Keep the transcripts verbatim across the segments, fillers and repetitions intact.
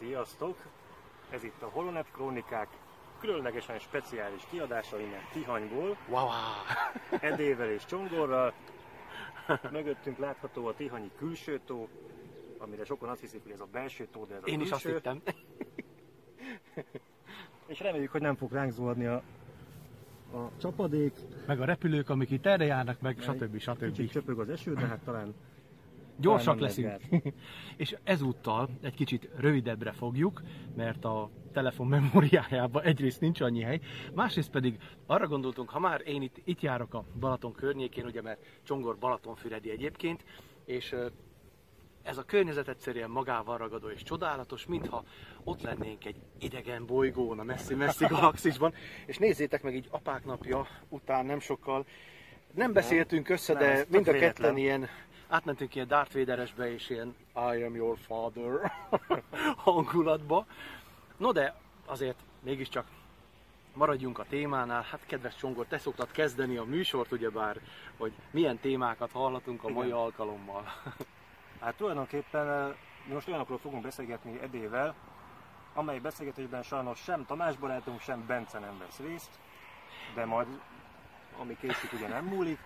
Sziasztok! Ez itt a Holonet Krónikák különlegesen speciális kiadása innen Tihanyból. Wow. Edével és Csongorral. Mögöttünk látható a tihanyi külső tó, amire sokan azt hiszik, hogy ez a belső tó, de ez a Én külső. is azt hittem. És reméljük, hogy nem fog ránk zuhanni a, a csapadék. Meg a repülők, amik itt erre járnak, meg stb. stb. Kicsit csöpög az eső, de hát talán gyorsak leszünk. És ezúttal egy kicsit rövidebbre fogjuk, mert a telefon memóriájában egyrészt nincs annyi hely, másrészt pedig arra gondoltunk, ha már én itt, itt járok a Balaton környékén, ugye, mert Csongor Balatonfüredi egyébként, és ez a környezet egyszerűen magával ragadó és csodálatos, mintha ott lennénk egy idegen bolygón, a messzi-messzi galaxisban. És nézzétek meg, így apák napja után nem sokkal, nem beszéltünk össze, nem, de mind a véletlen. ketten ilyen, átmentünk ilyen Darth Vaderesbe és ilyen I am your father hangulatba. No de azért mégiscsak maradjunk a témánál. Hát kedves Csongor, te szoktad kezdeni a műsort, ugyebár, hogy milyen témákat hallatunk a mai Igen. alkalommal. Hát tulajdonképpen mi most olyanokról fogunk beszélgetni Edével, amely beszélgetésben sajnos sem Tamás barátunk, sem Bence nem vesz részt, de majd ami készít ugye nem múlik.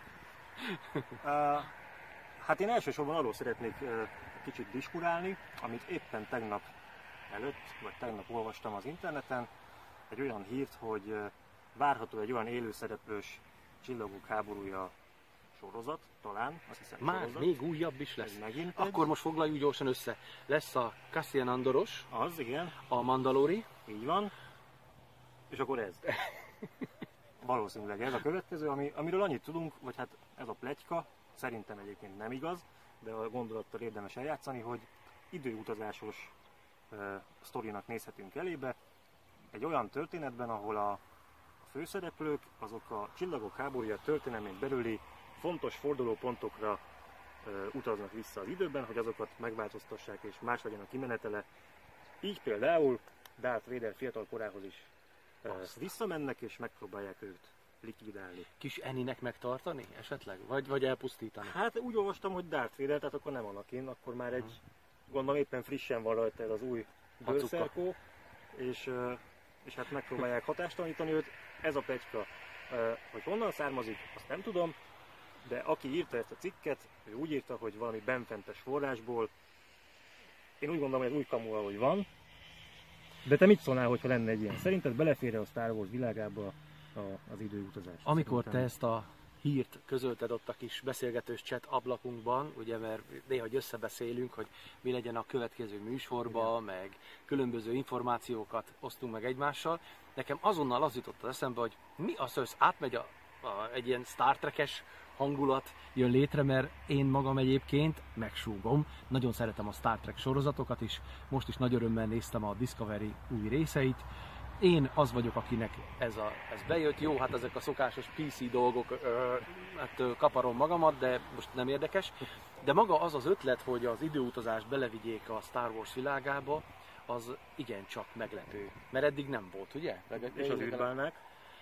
Uh, hát én elsősorban arról szeretnék uh, kicsit diskurálni, amit éppen tegnap előtt, vagy tegnap olvastam az interneten, egy olyan hírt, hogy uh, várható egy olyan élőszereplős Csillagok háborúja sorozat, talán, azt hiszem Már sorozat. még újabb is lesz. Ez megint Akkor egy. most foglaljuk gyorsan össze. Lesz a Cassian Andoros, Az, igen, a Mandalori. így van. És akkor ez. Valószínűleg ez a következő, ami, amiről annyit tudunk, vagy hát ez a pletyka, szerintem egyébként nem igaz, de a gondolattal érdemes eljátszani, hogy időutazásos uh, sztorinak nézhetünk elébe. Egy olyan történetben, ahol a főszereplők, azok a Csillagok háborúja történelmén belüli fontos fordulópontokra uh, utaznak vissza az időben, hogy azokat megváltoztassák és más legyen a kimenetele. Így például Darth Vader fiatal korához is uh, visszamennek és megpróbálják őt likvidálni. Kis Annie-nek megtartani esetleg? Vagy, vagy elpusztítani? Hát úgy olvastam, hogy Darth Vader, tehát akkor nem Anakin, akkor már egy, uh-huh. gondolom éppen frissen van rajta ez az új bőrszerkó, és, uh, és hát megpróbálják hatástalanítani őt. Ez a pletyka, uh, hogy honnan származik, azt nem tudom, de aki írta ezt a cikket, ő úgy írta, hogy valami benfentes forrásból. Én úgy gondolom, hogy ez új kamu, ahogy van. De te mit szólnál, hogyha lenne egy ilyen? Szerinted belefér a Star Wars világába a, az időutazás? Amikor Szerintem... te ezt a hírt közölted ott a kis beszélgetős chat ablakunkban, ugye, mert néha összebeszélünk, hogy mi legyen a következő műsorba, igen. meg különböző információkat osztunk meg egymással, nekem azonnal az jutott az eszembe, hogy mi az, hogy átmegy a, a, egy ilyen Star Trek-es hangulat jön létre, mert én magam egyébként megsúgom, nagyon szeretem a Star Trek sorozatokat is, most is nagy örömmel néztem a Discovery új részeit. Én az vagyok, akinek ez, a, ez bejött, jó, hát ezek a szokásos pé cé dolgok, ö, hát ö, kaparom magamat, de most nem érdekes. De maga az az ötlet, hogy az időutazást belevigyék a Star Wars világába, az igencsak meglepő. Mert eddig nem volt, ugye? És az űrbálnák?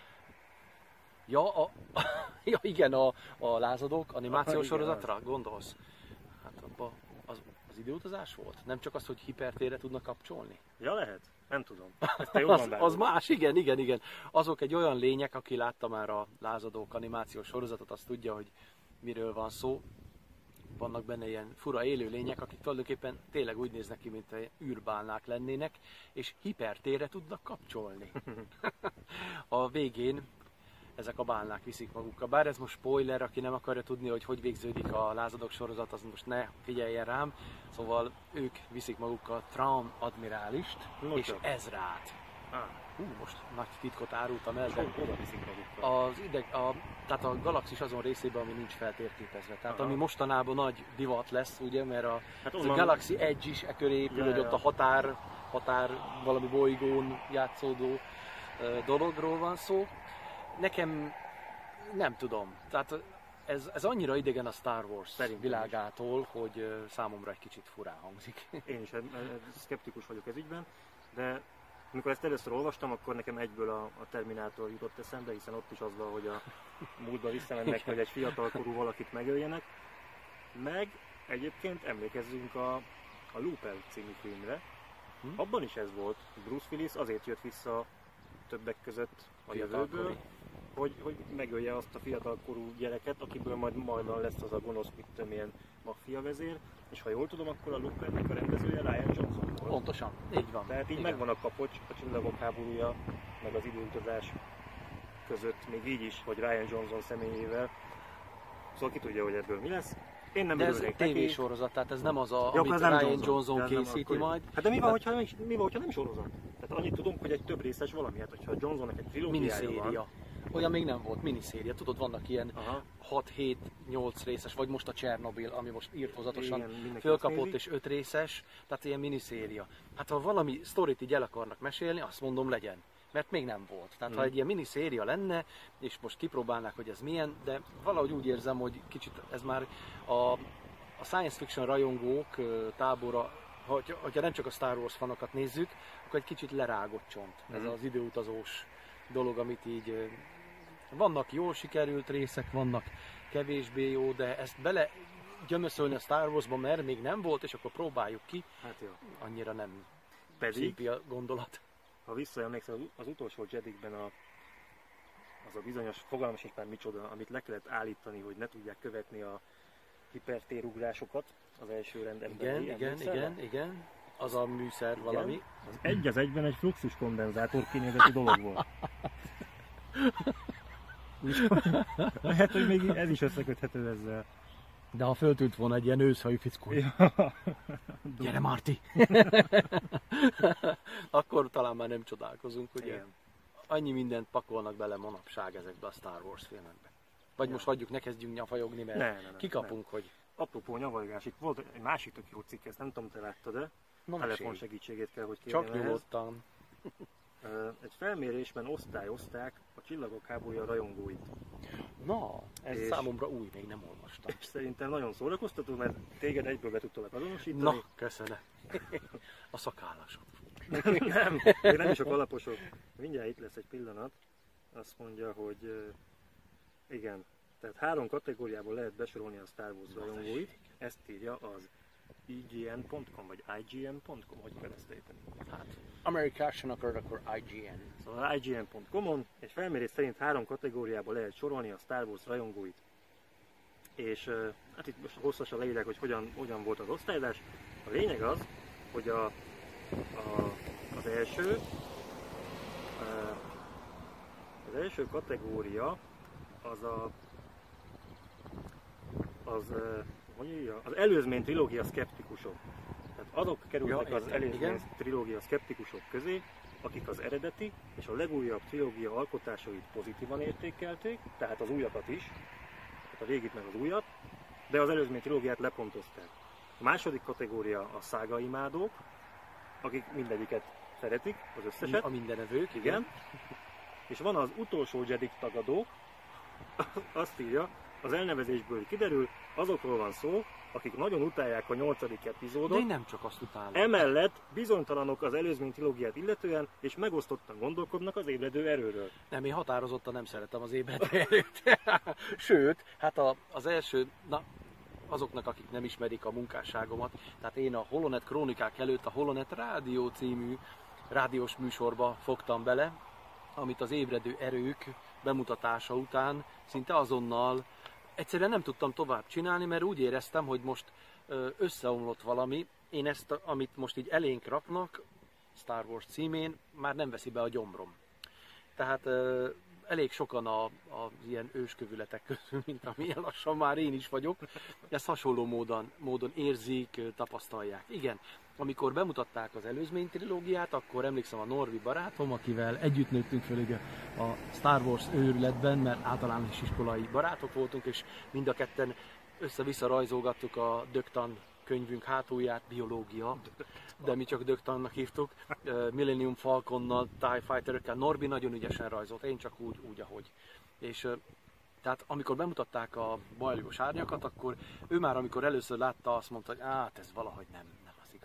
Ja, a, ja, igen, a, a lázadók animációs igen, sorozatra az. gondolsz? Hát abba az, az időutazás volt? Nem csak az, hogy hipertérre tudnak kapcsolni? Ja, lehet. Nem tudom. Ezt te jobban az, az más, igen, igen, igen. Azok egy olyan lények, aki látta már a lázadók animációs sorozatot, az tudja, hogy miről van szó. Vannak benne ilyen fura élő lények, akik tulajdonképpen tényleg úgy néznek ki, mint űrbálnák lennének, és hipertérre tudnak kapcsolni. A végén ezek a bálnák viszik magukkal. Bár ez most spoiler, aki nem akarja tudni, hogy hogy végződik a lázadók sorozat, az most ne figyeljen rám. Szóval ők viszik magukkal Thrawn admirálist No, és csak. Ezrát. Ah. Hú, most nagy titkot árultam el, de Oda viszik magukkal. az ideg, a, tehát a galaxis azon részében, ami nincs feltérképezve. Tehát Aha. ami mostanában nagy divat lesz, ugye, mert a, Hát ez onnan... a Galaxy Edge is e köré épül, Ja, hogy ja. ott a határ, határ valami bolygón játszódó uh, dologról van szó. Nekem nem tudom, tehát ez, ez annyira idegen a Star Wars Szerintem világától, hogy uh, számomra egy kicsit furán hangzik. Én is szkeptikus vagyok ez ügyben, de amikor ezt először olvastam, akkor nekem egyből a, a Terminátor jutott eszembe, hiszen ott is az van, hogy a múltba visszamennek, hogy egy fiatalkorú valakit megöljenek. Meg egyébként emlékezzünk a, a Looper című filmre, Hm? Abban is ez volt. Bruce Willis azért jött vissza többek között a jövőből, hogy, hogy megölje azt a fiatalkorú gyereket, akiből majd majd lesz az a gonosz, mit tudom, ilyen maffia vezér, és ha jól tudom, akkor a Loopernek a rendezője Rian Johnson volt. Pontosan, így van. Tehát így igen. Megvan a kapocs, a Csillagok háborúja, meg az időutazás között, még így is, hogy Rian Johnson személyével. Szóval ki tudja, hogy ebből mi lesz. Én nem de ez tévésorozat, tehát ez nem az, a, ja, amit Rian Johnson, Johnson készíti nem, majd. Hát de mi van, hogyha nem, mi van, hogyha nem sorozat? Tehát annyit tudunk, hogy egy több részes valami, hát hogyha Johnsonnak egy trilógiája van. Olyan még nem volt, miniszéria. Tudod, vannak ilyen hat hét nyolc részes, vagy most a Csernobil, ami most írtózatosan fölkapott és öt részes, tehát ilyen miniszéria. Hát ha valami sztorit így el akarnak mesélni, azt mondom, legyen. Mert még nem volt. Tehát hmm. ha egy ilyen miniszéria lenne, és most kipróbálnák, hogy ez milyen, de valahogy úgy érzem, hogy kicsit ez már a, a science fiction rajongók tábora, hogyha, hogyha nem csak a Star Wars fanokat nézzük, akkor egy kicsit lerágott csont. Hmm. Ez az időutazós dolog, amit így... Vannak jól sikerült részek, vannak kevésbé jó, de ezt bele gyömöszölni a Star Wars-ba, mert még nem volt, és akkor próbáljuk ki. Hát jó. Annyira nem Pedig, szépi a gondolat. Ha visszaemlékszel, az utolsó Jedikben a, az a bizonyos, fogalmas is már micsoda, amit le kellett állítani, hogy ne tudják követni a hipertérugrásokat az első rend emberi. Igen, igen, igen, igen. Az a műszer igen. Valami. Az egy az egyben egy fluxus kondenzátor kinézeti dolog volt. Lehet, hogy még ez is összeköthető ezzel. De ha föltűnt volna egy ilyen őszhajú fickó. Ja. Gyere, Marty! Akkor talán már nem csodálkozunk, ugye? Igen. Annyi mindent pakolnak bele manapság ezekbe a Star Wars filmekbe. Vagy ja. Most hagyjuk, ne kezdjünk nyafajogni, mert ne, ne, ne, kikapunk, ne. Hogy... Apropó nyavajgás, itt volt egy másik tök jó cikk, ezt nem tudom, te láttad-e? Telefon segítségét kell, hogy kérjem. Csak nyugodtan. Egy felmérésben osztályozták a Csillagok háborúja rajongóit. Na, ez és számomra új, még nem olvastam. És szerintem nagyon szórakoztató, mert téged egyből be tudtalak azonosítani. Na, köszönöm. A szakállasod. Nem, még nem is a kalaposok. Mindjárt itt lesz egy pillanat. Azt mondja, hogy igen, tehát három kategóriából lehet besorolni a Star Wars rajongóit. Ezt írja az I G N pont com vagy I G N pont com, hogy kell ezt ejteni? Hát, amerikásson akar, akkor I G N. Szóval I G N pont com-on, és felmérés szerint három kategóriába lehet sorolni a Star Wars rajongóit. És hát itt most hosszasan leírják, hogy hogyan, hogyan volt az osztályozás. A lényeg az, hogy a, a, az első az első kategória az a az hogy írja? Az előzmény trilógia szkeptikusok. Tehát azok kerültek ja, az előzmény trilógia szkeptikusok közé, akik az eredeti és a legújabb trilógia alkotásait pozitívan értékelték, tehát az újakat is, tehát a régit meg az újat, de az előzmény trilógiát lepontozták. A második kategória a szágaimádók, akik mindegyiket szeretik, az összeset. A mindenevők, igen. igen. És van az utolsó Jedik tagadók, azt írja, az elnevezésből kiderül, azokról van szó, akik nagyon utálják a nyolcadik epizódot. De én nem csak azt utálom. Emellett bizonytalanok az előzmény trilógiát illetően, és megosztottan gondolkodnak az ébredő erőről. Nem, én határozottan nem szeretem az ébredő erőt. Sőt, hát a, az első, na, azoknak, akik nem ismerik a munkásságomat, tehát én a Holonet Krónikák előtt a Holonet Rádió című rádiós műsorba fogtam bele, amit az ébredő erők bemutatása után szinte azonnal egyszerűen nem tudtam tovább csinálni, mert úgy éreztem, hogy most összeomlott valami. Én ezt, amit most így elénk raknak, Star Wars címén, már nem veszi be a gyomrom. Tehát elég sokan a, a ilyen őskövületek közül, mint amilyen lassan már én is vagyok, ezt hasonló módon, módon érzik, tapasztalják. Igen, amikor bemutatták az előzmény trilógiát, akkor emlékszem a Norvi barátom, akivel együtt nőttünk föl a Star Wars őrületben, mert általános iskolai barátok voltunk, és mind a ketten össze-vissza rajzolgattuk a Dögtan könyvünk hátulját, biológia, de mi csak Dögtannak hívtuk, Millennium Falconnal, TIE Fighter-ökkel. Norbi nagyon ügyesen rajzolt, én csak úgy, úgy ahogy. És tehát amikor bemutatták a bajligos árnyakat, akkor ő már amikor először látta, azt mondta, hogy hát ez valahogy nem, nem az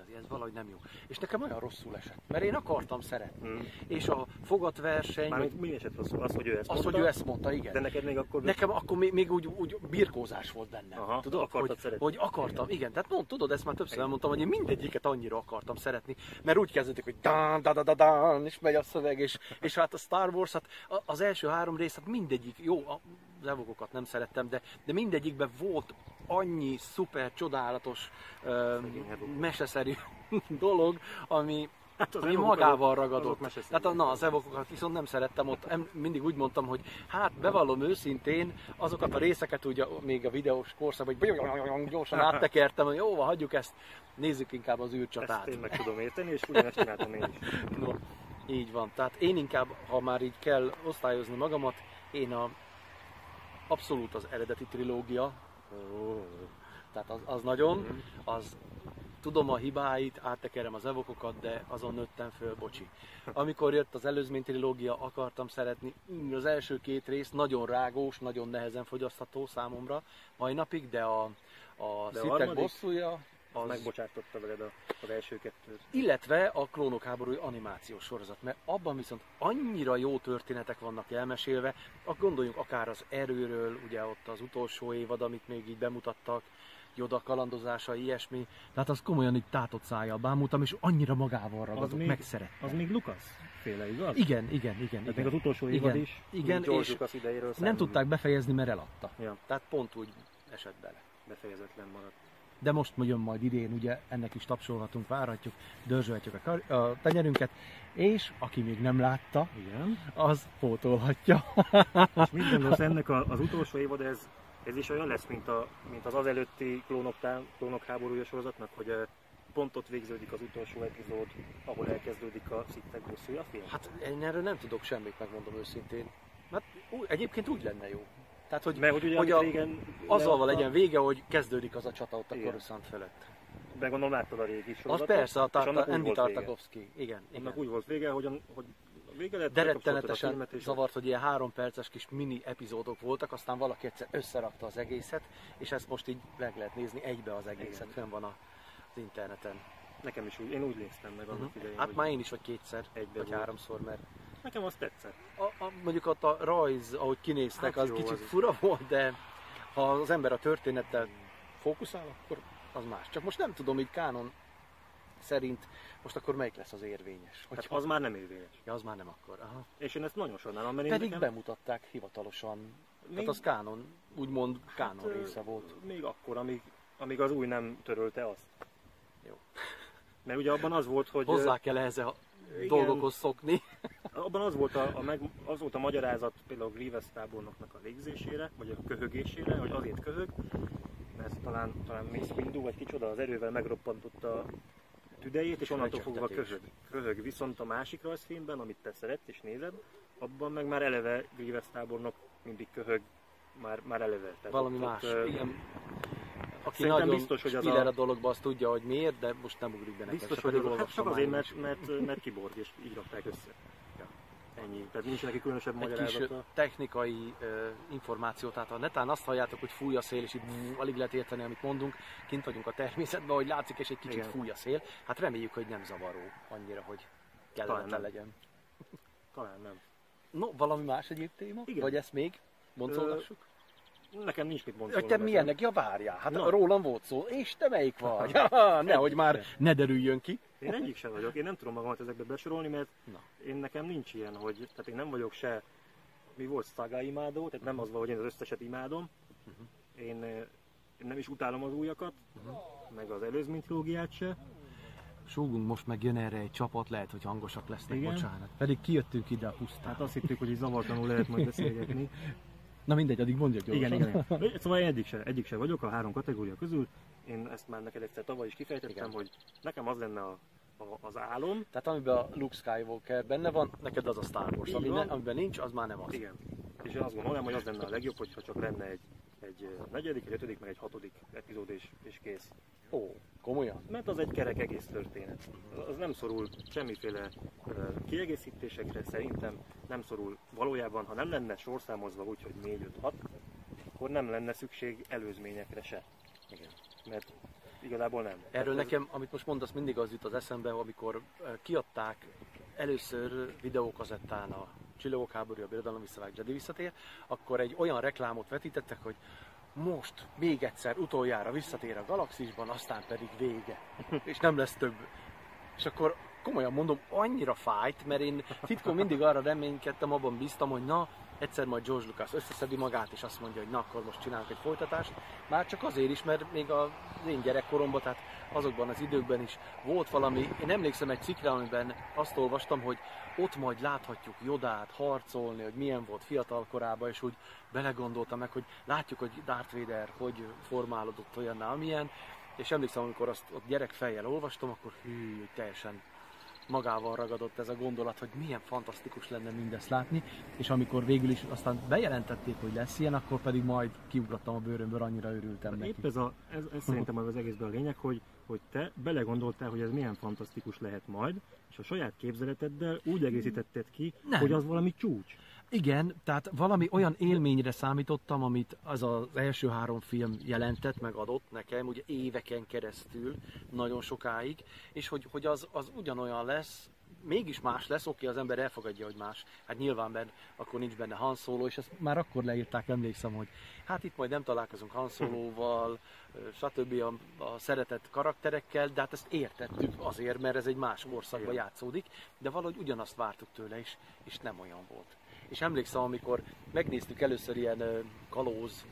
fantasy, ez valahogy nem jó. És nekem olyan rosszul esett, mert én akartam szeretni. Hmm. És a fogatverseny... Mármint mi esett rosszul? Az, hogy ő ezt az, mondta? hogy ő ezt mondta, igen. De neked még akkor... Nekem akkor még, még úgy, úgy birkózás volt bennem. Aha, tudod, akartad hogy, szeretni. hogy akartam, igen. Tehát mond, tudod, ezt már többször elmondtam, hogy én mindegyiket annyira akartam szeretni, mert úgy kezdődik, hogy dán, da, da, da, dán, és megy a szöveg, és, és hát a Star Wars, hát az első három rész, hát mindegyik, jó, az evokokat nem szerettem, de, de mindegyikben volt annyi szuper, csodálatos, uh, meseszerű dolog, ami, hát ami magával ragadott. Tehát a, na, az evokokat viszont nem szerettem ott. Em, mindig úgy mondtam, hogy hát bevallom őszintén, azokat a részeket ugye még a videós korszakban, hogy gyorsan áttekertem, hogy jó, hagyjuk ezt, nézzük inkább az űrcsatát. Ezt én meg tudom érteni, és ugyanezt csináltam én is. No, így van. Tehát én inkább, ha már így kell osztályozni magamat, én a abszolút az eredeti trilógia, Oh. tehát az, az nagyon, az tudom a hibáit, áttekerem az evokokat, de azon nőttem föl, bocsi. Amikor jött az előzmény trilógia, akartam szeretni, az első két rész nagyon rágós, nagyon nehezen fogyasztható számomra mai napig, de a, a Sith-ek bosszúja, az megbocsátotta veled a, az első kettőt. Illetve a Klónok háborúja animációs sorozat, mert abban viszont annyira jó történetek vannak elmesélve, gondoljunk akár az erőről, ugye ott az utolsó évad, amit még így bemutattak, Yoda kalandozása, ilyesmi, tehát az komolyan így tátott szájjal bámultam, és annyira magával ragadott, megszerettem. Az még Lucas féle, igaz? Igen, igen, igen. Tehát igen. még az utolsó évad igen, is, igen, George és Lucas idejéről nem tudták befejezni, mert eladta. Ja. Tehát pont úgy esett bele. Befejezetlen maradt. De most jön majd idén, ugye ennek is tapsolhatunk, várhatjuk, dörzsölhetjük a, kar- a tenyerünket, és aki még nem látta, igen, az pótolhatja. És mit gondolsz ennek a, az utolsó évad, ez, ez is olyan lesz, mint, a, mint az az előtti klónok, tá, klónok háborúja sorozatnak, hogy pont ott végződik az utolsó epizód, ahol elkezdődik a Sith-ek bosszúja film? Hát én erről nem tudok semmit, megmondom őszintén. Mert ú, egyébként úgy lenne jó. Tehát, hogy, Mert, hogy, ugye, hogy a, régen azzal leadta, legyen vége, hogy kezdődik az a csata ott a igen. Coruscant felett. De gondolom láttad a régi sorozatot. Az persze, a Tarta, Andy Andy Tartakovsky. Igen, annak igen. úgy volt vége, hogy, a, hogy a vége lett, de rettenetesen filmet, és zavart, hogy ilyen három perces kis mini epizódok voltak, aztán valaki egyszer összerakta az egészet, és ezt most így meg lehet nézni egybe az egészet, fenn van a, az interneten. Nekem is úgy, én úgy néztem meg annak uh-huh. idején. Hát már én is vagy kétszer, vagy volt. háromszor, mert... Nekem az tetszett. A, a, mondjuk ott a rajz, ahogy kinéztek, hát az jó, kicsit az fura volt, de ha az ember a történettel fókuszál, akkor az más. Csak most nem tudom, így kánon szerint, most akkor melyik lesz az érvényes? Hát az már nem érvényes. Ja, az már nem akkor. Aha. És én ezt nagyon sajnálom, mert Pedig nekem... bemutatták hivatalosan. Még... Tehát az kánon, úgymond kánon hát, része volt. Még akkor, amíg, amíg az új nem törölte azt. Jó. Mert ugye abban az volt, hogy... Hozzá kell ehhez a dolgokhoz szokni. Abban az volt a, a, meg, az volt a magyarázat például a Grievous tábornoknak a légzésére, vagy a köhögésére, hogy azért köhög, mert talán, talán Mace Windu vagy kicsoda az erővel megroppantotta a tüdejét, és onnantól fogva köhög. köhög. Viszont a másik rajzfilmben, amit te szeretsz és nézed, abban meg már eleve Grievous tábornok mindig köhög, már, már eleve. Tehát valami ott, más, ott, igen. Aki szerintem nagyon biztos, hogy az a... a dologban azt tudja, hogy miért, de most nem ugrik be nekem. Biztos, hogy hogy az, hát csak azért, mert, mert, mert kiborg, és így rakták össze. Ja. Ennyi. Tehát nincs neki különösebb egy magyarázata. kis technikai uh, információ, tehát ha netán azt halljátok, hogy fúj a szél, és így bú, alig lehet érteni, amit mondunk, kint vagyunk a természetben, hogy látszik, és egy kicsit igen. fúj a szél. Hát reméljük, hogy nem zavaró annyira, hogy kellemetlen legyen. Talán nem. No, valami más egyéb téma? Igen. Vagy ezt még boncolgassuk? Nekem nincs mit boncolni. Hogy te milyennek? Ja, várjál, hát no. rólam volt szó. És te melyik vagy? Ja, nehogy már ne derüljön ki. Én egyik sem vagyok. Én nem tudom magamat ezekbe besorolni, mert Na. én nekem nincs ilyen, hogy tehát én nem vagyok se mi volt szaga imádó, tehát nem az van, hogy én az összeset imádom. Uh-huh. Én, én nem is utálom az újakat, uh-huh. meg az előzmény trilógiát se. Súgunk, most meg jön erre egy csapat, lehet, hogy hangosak lesznek, igen. bocsánat. Pedig kijöttünk ide a pusztán. Hát azt hittük, hogy így zavartanul lehet majd beszélgetni. Na mindegy, addig mondja gyorsan. Igen, igen. Szóval én egyik se, egyik se vagyok a három kategória közül. Én ezt már neked egyszer tavaly is kifejtettem, igen. hogy nekem az lenne a, a, az álom. Tehát amiben a Luke Skywalker benne van, neked az a Star Wars. Ami ne, amiben nincs, az már nem az. Igen. És én azt gondolom, hogy az lenne a legjobb, hogyha csak lenne egy, egy negyedik, egy ötödik, meg egy hatodik epizód és, és kész. Ó, komolyan? Mert az egy kerek egész történet. Az nem szorul semmiféle uh, kiegészítésekre, szerintem nem szorul valójában, ha nem lenne sorszámozva úgy, hogy négy öt hat, akkor nem lenne szükség előzményekre se. Igen. Mert igazából nem. Erről Tehát nekem, amit most mondasz, mindig az jut az eszembe, amikor kiadták először videókazettán a Csillagok háborúja, a Birodalom visszavág, Jedi visszatér, akkor egy olyan reklámot vetítettek, hogy most még egyszer utoljára visszatér a galaxisban, aztán pedig vége. És nem lesz több. És akkor komolyan mondom, annyira fájt, mert én titkon mindig arra reménykedtem, abban bíztam, hogy na, egyszer majd George Lucas összeszedi magát, és azt mondja, hogy na, akkor most csinálunk egy folytatást. Már csak azért is, mert még az én gyerekkoromban, tehát azokban az időkben is volt valami, én emlékszem egy cikkre, amiben azt olvastam, hogy ott majd láthatjuk Jodát harcolni, hogy milyen volt fiatal korában, és úgy belegondoltam meg, hogy látjuk, hogy Darth Vader hogy formálódott olyanná, amilyen, és emlékszem, amikor azt ott gyerekfejjel olvastam, akkor hű, hogy teljesen magával ragadott ez a gondolat, hogy milyen fantasztikus lenne mindezt látni, és amikor végül is aztán bejelentették, hogy lesz ilyen, akkor pedig majd kiugrottam a bőrömből, annyira örültem neki. Épp ez, a, ez, ez szerintem az egészben a lényeg, hogy, hogy te belegondoltál, hogy ez milyen fantasztikus lehet majd, és a saját képzeleteddel úgy egészítetted ki, Nem. hogy az valami csúcs. Igen, tehát valami olyan élményre számítottam, amit az az első három film jelentett, meg adott nekem, ugye éveken keresztül, nagyon sokáig, és hogy, hogy az, az ugyanolyan lesz, mégis más lesz, oké, az ember elfogadja, hogy más. Hát nyilván benne, akkor nincs benne Han Solo, és ezt már akkor leírták, emlékszem, hogy hát itt majd nem találkozunk Han Soloval, stb. A, a szeretett karakterekkel, de hát ezt értettük azért, mert ez egy más korszakban játszódik, de valahogy ugyanazt vártuk tőle is, és nem olyan volt. És emlékszem, amikor megnéztük először ilyen uh, kalóz,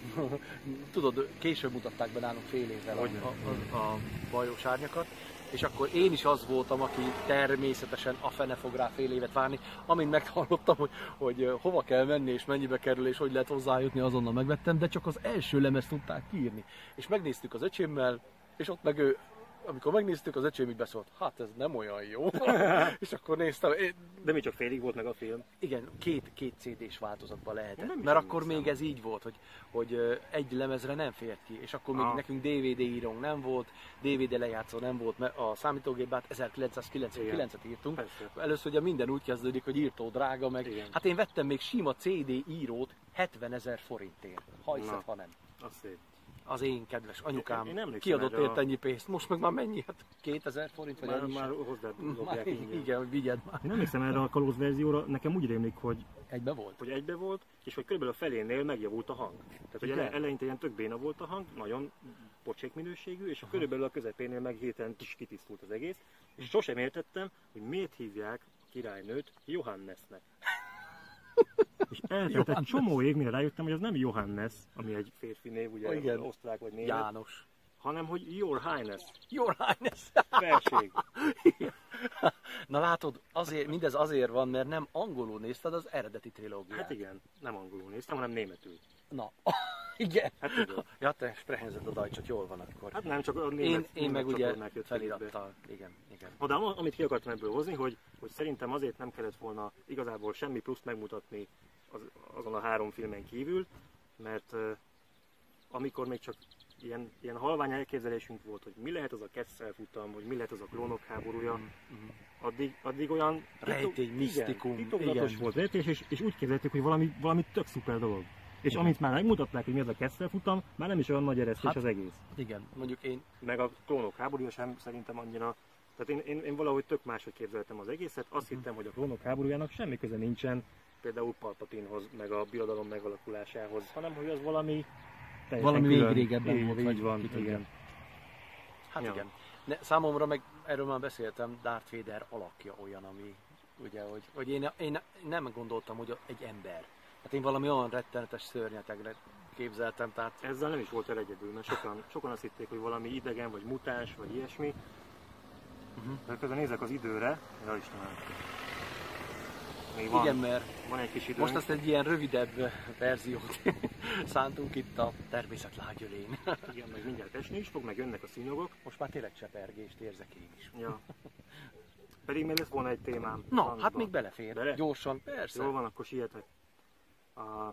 tudod, később mutatták be nálunk fél évvel a, a, a bajós árnyakat, és akkor én is az voltam, aki természetesen a fene fog rá fél évet várni, amint meghallottam, hogy, hogy uh, hova kell menni, és mennyibe kerül, és hogy lehet hozzájutni, azonnal megvettem, de csak az első lemezt tudták kiírni. És megnéztük az öcsémmel, és ott meg ő, amikor megnéztük, az öcsém így beszólt, hát ez nem olyan jó. És akkor néztem. Én... De mi csak félig volt meg a film? Igen, két, két cé dés változatban lehetett. Nem Mert akkor emlékszem. még ez így volt, hogy, hogy egy lemezre nem fért ki. És akkor még Ah. nekünk dé vé dé írónk nem volt, dé vé dé lejátszó nem volt, mert a számítógépben ezerkilencszázkilencvenkilencet írtunk. Persze. Először ugye minden úgy kezdődik, hogy írtó drága, meg Igen. hát én vettem még sima cé dé írót hetvenezer forintért. Ha hiszed, Na. ha nem. Az szép. Az én kedves anyukám Én- én emlékszem kiadott erre a- ért ennyi pénzt. Most meg már mennyi? Hát kétezer forint vagy Már, ennyi már sem. hozzád Már, dobják ingyen. igen, hogy vigyed már. Én emlékszem erre a kalóz verzióra, nekem úgy rémlik, hogy, Egybe volt? hogy egybe volt, és hogy körülbelül a felénél megjavult a hang. Tehát, hogy Igen. ele, eleinte ilyen tök béna volt a hang, nagyon pocsék minőségű, és körülbelül a közepénél meg hirtelen tis kitisztult az egész, és sosem értettem, hogy miért hívják királynőt Johannesnek. És eltelt egy csomó év, mire rájöttem, hogy az nem Johannes, ami egy férfi név, ugye Igen. osztrák vagy német, János. hanem hogy Your Highness, Your Highness. felség. Na látod, azért, mindez azért van, mert nem angolul nézted az eredeti trilógiát. Hát igen, nem angolul néztem, hanem németül. Na, igen. Hát tudod. Ja, te sprehenzed a dajcsot, jól van akkor. Hát nem, csak a német, én, én meg német ugye csatornák jöttek be. felirattal. Igen, igen. Na, de amit ki akartam ebből hozni, hogy, hogy szerintem azért nem kellett volna igazából semmi pluszt megmutatni az, azon a három filmen kívül, mert uh, amikor még csak ilyen, ilyen halvány elképzelésünk volt, hogy mi lehet az a Kessel futam, hogy mi lehet az a klónok háborúja, addig, addig olyan Rejtély, misztikum, igen, titokzatos igen. volt rejtés, és, és úgy képzeltük, hogy valami, valami tök szuper dolog. És Igen. amint már megmutatták, hogy mi az a Kessel futam, már nem is olyan nagy eresztés Hát- az egész. Igen, mondjuk én, Meg a klónok háborúja sem szerintem annyira. Tehát én, én, én valahogy tök máshogy képzeltem az egészet. Azt hittem, hogy a klónok háborújának semmi köze nincsen például Palpatinhoz, meg a birodalom megalakulásához, hanem hogy az valami teljesen valami külön. még régebben így, volt, így vagy van, ki tudja. igen. hát Ja. igen. Ne, számomra meg, erről már beszéltem, Darth Vader alakja olyan, ami, ugye, hogy, hogy én, én nem gondoltam, hogy egy ember. Hát én valami olyan rettenetes szörnyetegre képzeltem, tehát Ezzel nem is volt el egyedül, mert sokan, sokan azt hitték, hogy valami idegen, vagy mutáns, vagy ilyesmi. uh-huh. De közben nézek az időre, ja Istenem. Még van, igen, mert van egy kis időnk. most azt egy ilyen rövidebb verziót szántunk itt a természet lágyölén. Igen, meg mindjárt esni is fog, meg jönnek a színogok. Most már tényleg csepergést érzek én is. Ja. Pedig még lesz volna egy témám. Na, francba. hát még belefér. Bele? Gyorsan, persze. Jól van, akkor sietek. A...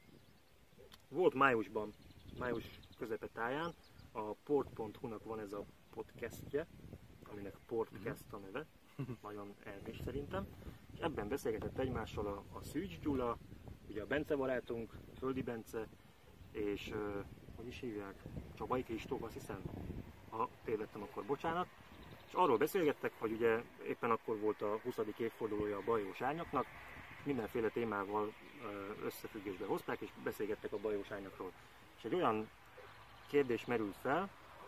Volt májusban, május közepetáján, a port pont hu-nak van ez a podcastje, aminek Portcast a neve, nagyon elvés szerintem. És ebben beszélgetett egymással a, a Szűcs Gyula, ugye a Bence barátunk, Földi Bence, és uh, hogy is hívják? Csabai Kristóf, azt hiszem. ha tévedtem, akkor bocsánat. És arról beszélgettek, hogy ugye éppen akkor volt a huszadik évfordulója a bajós árnyaknak, mindenféle témával összefüggésbe hozták, és beszélgettek a bajós árnyakról. És egy olyan kérdés merült fel,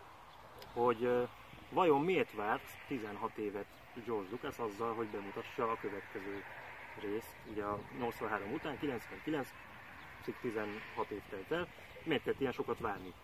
hogy vajon miért várt tizenhat évet George Lucas azzal, hogy bemutassa a következő részt, ugye a nyolcvanhárom után, kilencvenkilenc tizenhat év telt el, miért kellett ilyen sokat várni?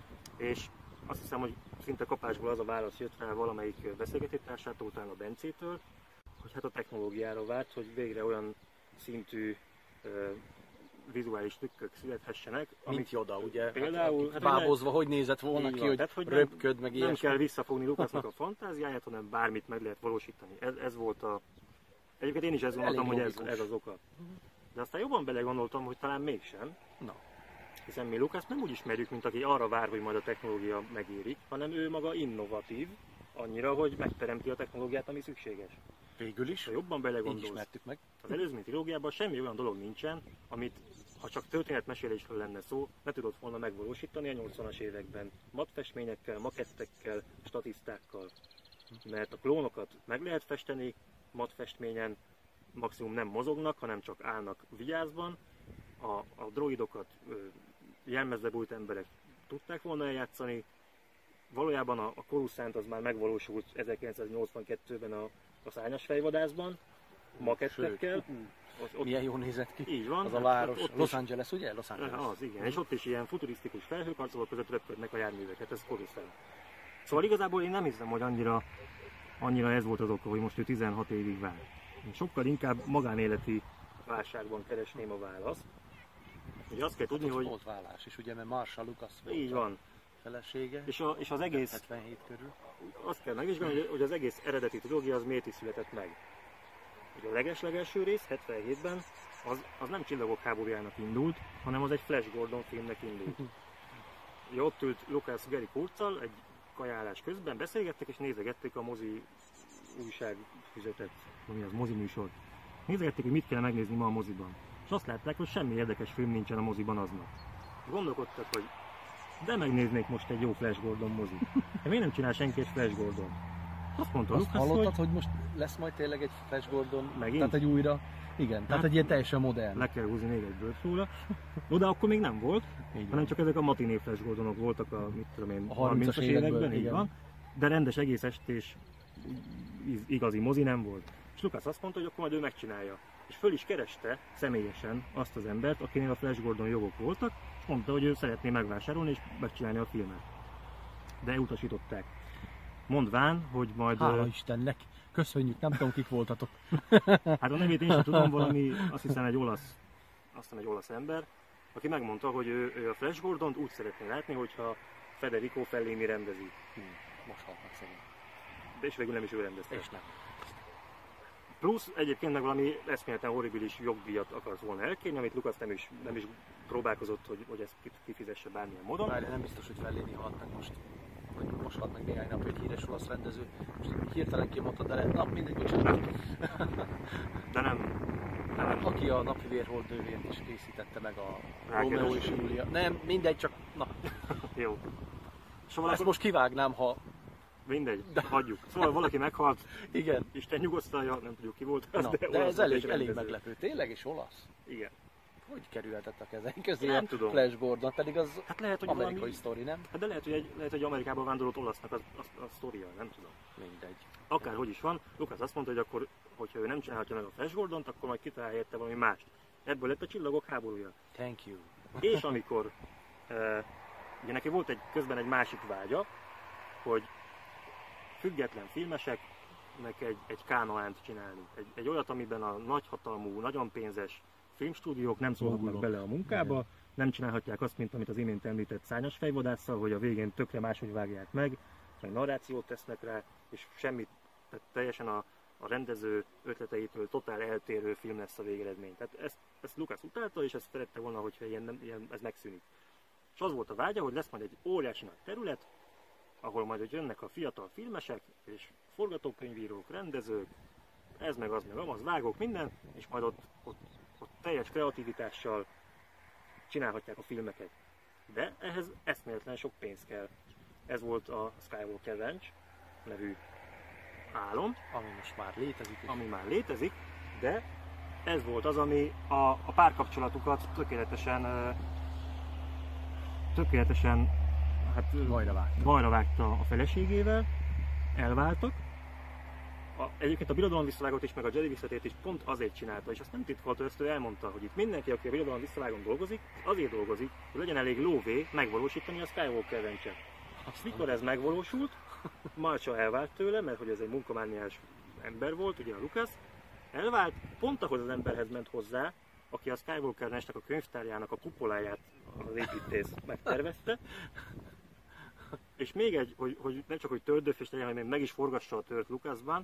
És azt hiszem, hogy szinte kapásból az a válasz jött fel valamelyik beszélgetőtársától, talán a Bencétől, hogy hát a technológiára várt, hogy végre olyan szintű uh, vizuális trükkök születhessenek. Mint Yoda, ugye? Például, hát, bábozva, hogy nézett volna ki, van, hogy, tehát, hogy röpköd, meg nem, nem kell visszafogni Lucasnak a fantáziáját, hanem bármit meg lehet valósítani. Ez, ez volt a... Egyébként én is ezt gondoltam, hogy ez, ez az oka. De aztán jobban belegondoltam, hogy talán mégsem. No. Hiszen mi Lucas nem úgy ismerjük, mint aki arra vár, hogy majd a technológia megérik, hanem ő maga innovatív, annyira, hogy megteremti a technológiát, ami szükséges. Végül is. Ha jobban belegondolsz, így ismertük meg. Az előzmény trilógiában semmi olyan dolog nincsen, amit, ha csak történetmesélésről lenne szó, ne tudott volna megvalósítani a nyolcvanas években. Mattfestményekkel, makettekkel, statisztákkal. Mert a klónokat meg lehet festeni mattfestményen, maximum nem mozognak, hanem csak állnak vigyázban. A, a droidokat ö, jelmezbe bújt emberek tudták volna eljátszani. Valójában a, a Coruscant az már megvalósult ezerkilencszáznyolcvankettőben a, a szárnyas fejvadászban, makettekkel. Ott, ott, milyen jól nézett ki. Így van. Az a város. Ott, ott Los is, Angeles, ugye? Los Angeles. Az, igen. És ott is ilyen futurisztikus felhőkarcolók között röpködnek a járművek. Hát ez Coruscant. Szóval igazából én nem hiszem, hogy annyira, annyira ez volt az oka, hogy most ő tizenhat évig vár. Én sokkal inkább magánéleti válságban keresném a választ. Ugye azt kell tudni, hát hogy... volt vállás is, ugye, mert Marshall Lucas volt így van. Felesége. És, a, és az egész... hetvenhét körül. Azt kell megvizsgálni, hogy az egész eredeti trilógia az miért is született meg. Ugye a leges-legelső rész, hetvenhétben, az, az nem Csillagok háborújának indult, hanem az egy Flash Gordon filmnek indult. Ugye ott ült Lucas Gary Kurtz-al, egy kajálás közben beszélgettek és nézegették a mozi újságfüzetet, ami az mozi műsor. Nézegették, hogy mit kell megnézni ma a moziban. És azt látták, hogy semmi érdekes film nincsen a moziban aznap. Gondolkodtak, hogy de megnéznék most egy jó Flash Gordon mozit. De miért nem csinál senki egy Flash Gordon? Azt mondta azt Lucas, hallottad, hogy... hogy most lesz majd tényleg egy Flash Gordon? Megint? Tehát egy újra? Igen, hát, tehát egy ilyen teljesen modern. Le kell húzni még egy bőrt róla. No, de akkor még nem volt, így hanem csak ezek a matiné Flash Gordonok voltak a, mit tudom én, a harmincas években, így van. De rendes egész estés igazi mozi nem volt. És Lucas azt mondta, hogy akkor majd ő megcsinálja. És föl is kereste személyesen azt az embert, akinél a Flash Gordon jogok voltak, és mondta, hogy ő szeretné megvásárolni és megcsinálni a filmet. De utasították. Mondván, hogy majd... Hála Istennek! Köszönjük, nem tudom, kik voltatok. Hát a nevét én sem tudom, valami, azt hiszem egy olasz, azt hiszem egy olasz ember, aki megmondta, hogy ő, ő a Flash Gordont úgy szeretné látni, hogyha Federico Fellini rendezi. Hmm, most halnak szerint. De és végül nem is ő rendezte. És nem. Plusz egyébként meg valami eszméletlen horribilis jogdíjat akart volna elkérni, amit Lucas nem is, nem is próbálkozott, hogy, hogy ezt kifizesse bármilyen módon. Várj, nem biztos, hogy Fellini halt meg most. Hogy most halt meg néhány nap egy híres olasz rendező. Most hirtelen kimondtad, de lehet, nap mindegy, bocsánat. De nem, nem. Aki a Napi Vérhold nővért is készítette meg a Rákeres. Rómeó és Júlia. Nem, mindegy, csak na. Jó. Szóval Ezt akkor... most kivágnám, ha... Mindegy, de hagyjuk. Szóval valaki meghalt, igen. Isten nyugosztalja, nem tudjuk ki volt az, Na, de, de ez elég, elég rendező. meglepő. Tényleg is olasz? Igen. Hogy kerülhetett a kezei közé Nem a tudom. Flash Gordon, pedig az Hát lehet, hogy amerikai valami... sztori, nem? Hát de lehet, hogy egy, lehet, hogy Amerikába vándorolt olasznak a, a, a sztoria, nem tudom. Mindegy. Akárhogy is van, Lucas azt mondta, hogy akkor, hogyha ő nem csinálhatja meg a Flash Gordont, akkor majd kitalál helyette valami mást. Ebből lett a Csillagok háborúja. Thank you. És amikor, e, ugye neki volt egy, közben egy másik vágya, hogy független filmeseknek egy, egy kánoánt csinálni. Egy, egy olyat, amiben a nagyhatalmú, nagyon pénzes filmstúdiók nem szólhatnak bele a munkába, igen. Nem csinálhatják azt, mint amit az imént említett Szárnyas fejvadásszal, hogy a végén tökre máshogy vágják meg, meg narrációt tesznek rá, és semmit, tehát teljesen a, a rendező ötleteitől totál eltérő film lesz a végeredmény. Tehát ezt, ezt Lucas utálta, és ezt szerette volna, hogyha ilyen, nem, ilyen, ez megszűnik. És az volt a vágya, hogy lesz majd egy óriási nagy terület, ahol majd hogy jönnek a fiatal filmesek, és forgatókönyvírók, rendezők, ez meg az meg amaz, vágók, minden, és majd ott, ott, ott teljes kreativitással csinálhatják a filmeket. De ehhez eszméletlen sok pénz kell. ez volt a Skywalker Ranch nevű álom, Ami most már létezik. ami már létezik, de ez volt az, ami a, a párkapcsolatukat tökéletesen ö, tökéletesen hát, Bajra vágta. bajra vágta a feleségével, elváltak. A, egyébként a Birodalom visszavágót is, meg a Jedi visszatért is pont azért csinálta, és azt nem titkolta, ezt ő elmondta, hogy itt mindenki, aki a Birodalom visszavágón dolgozik, azért dolgozik, hogy legyen elég lóvé megvalósítani a Skywalker Ranch-et. Mikor ez megvalósult, Marcia elvált tőle, mert hogy ez egy munkamániás ember volt, ugye a Lucas, elvált, pont ahhoz az emberhez ment hozzá, aki a Skywalker Ranch-nek a könyvtárjának a kupoláját az építész megtervezte. És még egy, hogy, hogy nem csak hogy tördöfés legyen, hanem meg is forgassa a tört Lucasban,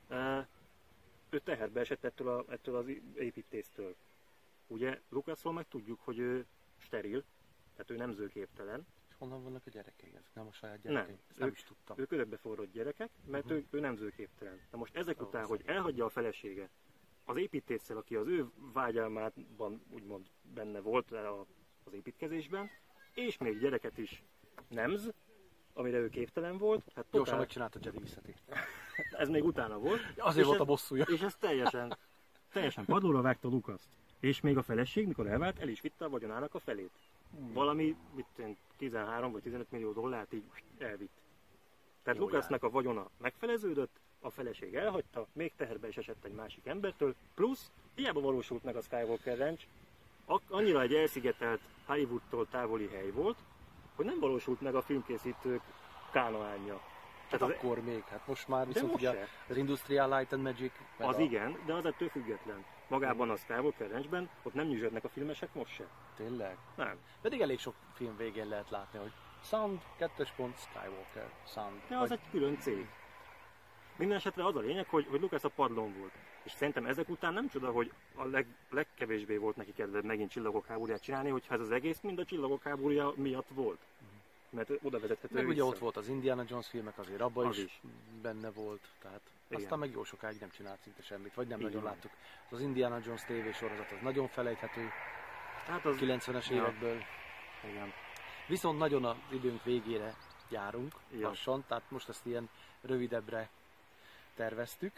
ő teherbe esett ettől, a, ettől az építésztől. Ugye Lucasról meg tudjuk, hogy ő steril, tehát ő nemzőképtelen. És honnan vannak a gyerekei? Ezek nem a saját gyerekei? Nem, Ezt nem ők, is tudtam. ők örökbeforrott gyerekek, mert uh-huh. ő, ő nemzőképtelen. Na most ezek Ó, után, az hogy elhagyja a felesége, az építésszel, aki az ő vágyálmában úgymond benne volt az építkezésben, és még gyereket is nemz, amire ő képtelen volt. Hát Gyorsan totál... megcsinálta a Jedi visszatért. Ez még utána volt. Azért volt ez, a bosszúja. És ez teljesen, teljesen padlóra vágta Lucaszt. És még a feleség, mikor elvált, el is vitte a vagyonának a felét. Hmm. Valami mit tudom, tizenhárom vagy tizenöt millió dollárt így elvitt. Tehát Jó Lucasnak a vagyona megfeleződött, a feleség elhagyta, még teherbe is esett egy másik embertől, plusz hiába valósult meg a Skywalker Ranch, annyira egy elszigetelt Hollywoodtól távoli hely volt, hogy nem valósult meg a filmkészítők kánoánja. Tehát az akkor e... még, hát most már viszont most ugye az Industrial Light and Magic. Az a... igen, de az ettől független. Magában a Skywalker Ranchben ott nem nyüzsödnek a filmesek most se. Tényleg? Nem. Pedig elég sok film végén lehet látni, hogy Sound, kettős pont, Skywalker, Sound. De az vagy... egy külön cég. Minden esetre az a lényeg, hogy, hogy Lucas a padlón volt. És szerintem ezek után nem csoda, hogy a leg, legkevésbé volt neki kedve megint Csillagok háborúját csinálni, hogyha ez az egész mind a Csillagok háborúja miatt volt. Mert oda vezethető meg vissza. ugye ott volt az Indiana Jones filmek, azért abban is, is benne volt. Tehát igen. Aztán meg jó sokáig nem csinált szinte semmit, vagy nem igen. nagyon láttuk. Az Indiana Jones tévésorozat az nagyon felejthető, hát az kilencvenes ja. évekből. Igen. Viszont nagyon az időnk végére járunk ja. lassan, tehát most ezt ilyen rövidebbre terveztük,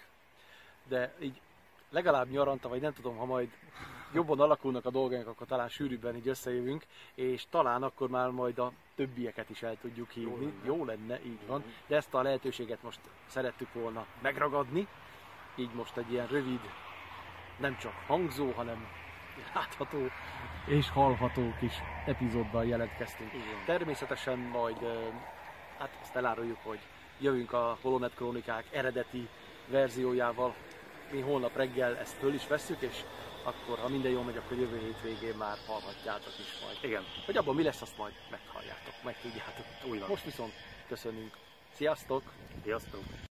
de így legalább nyaranta, vagy nem tudom, ha majd jobban alakulnak a dolgaink, akkor talán sűrűbben így összejövünk, és talán akkor már majd a többieket is el tudjuk hívni. Jó lenne, Jó lenne így van, de ezt a lehetőséget most szerettük volna megragadni, így most egy ilyen rövid, nem csak hangzó, hanem látható és hallható kis epizóddal jelentkeztünk. Igen. Természetesen majd, hát ezt eláruljuk, hogy jövünk a Holonet Krónikák eredeti verziójával. Mi holnap reggel ezt föl is vesszük, és akkor, ha minden jól megy, akkor jövő hétvégén már hallhatjátok is majd. Igen. Hogy abban mi lesz, azt majd meghalljátok, megtudjátok. Úgy van. Most viszont köszönünk. Sziasztok! Sziasztok!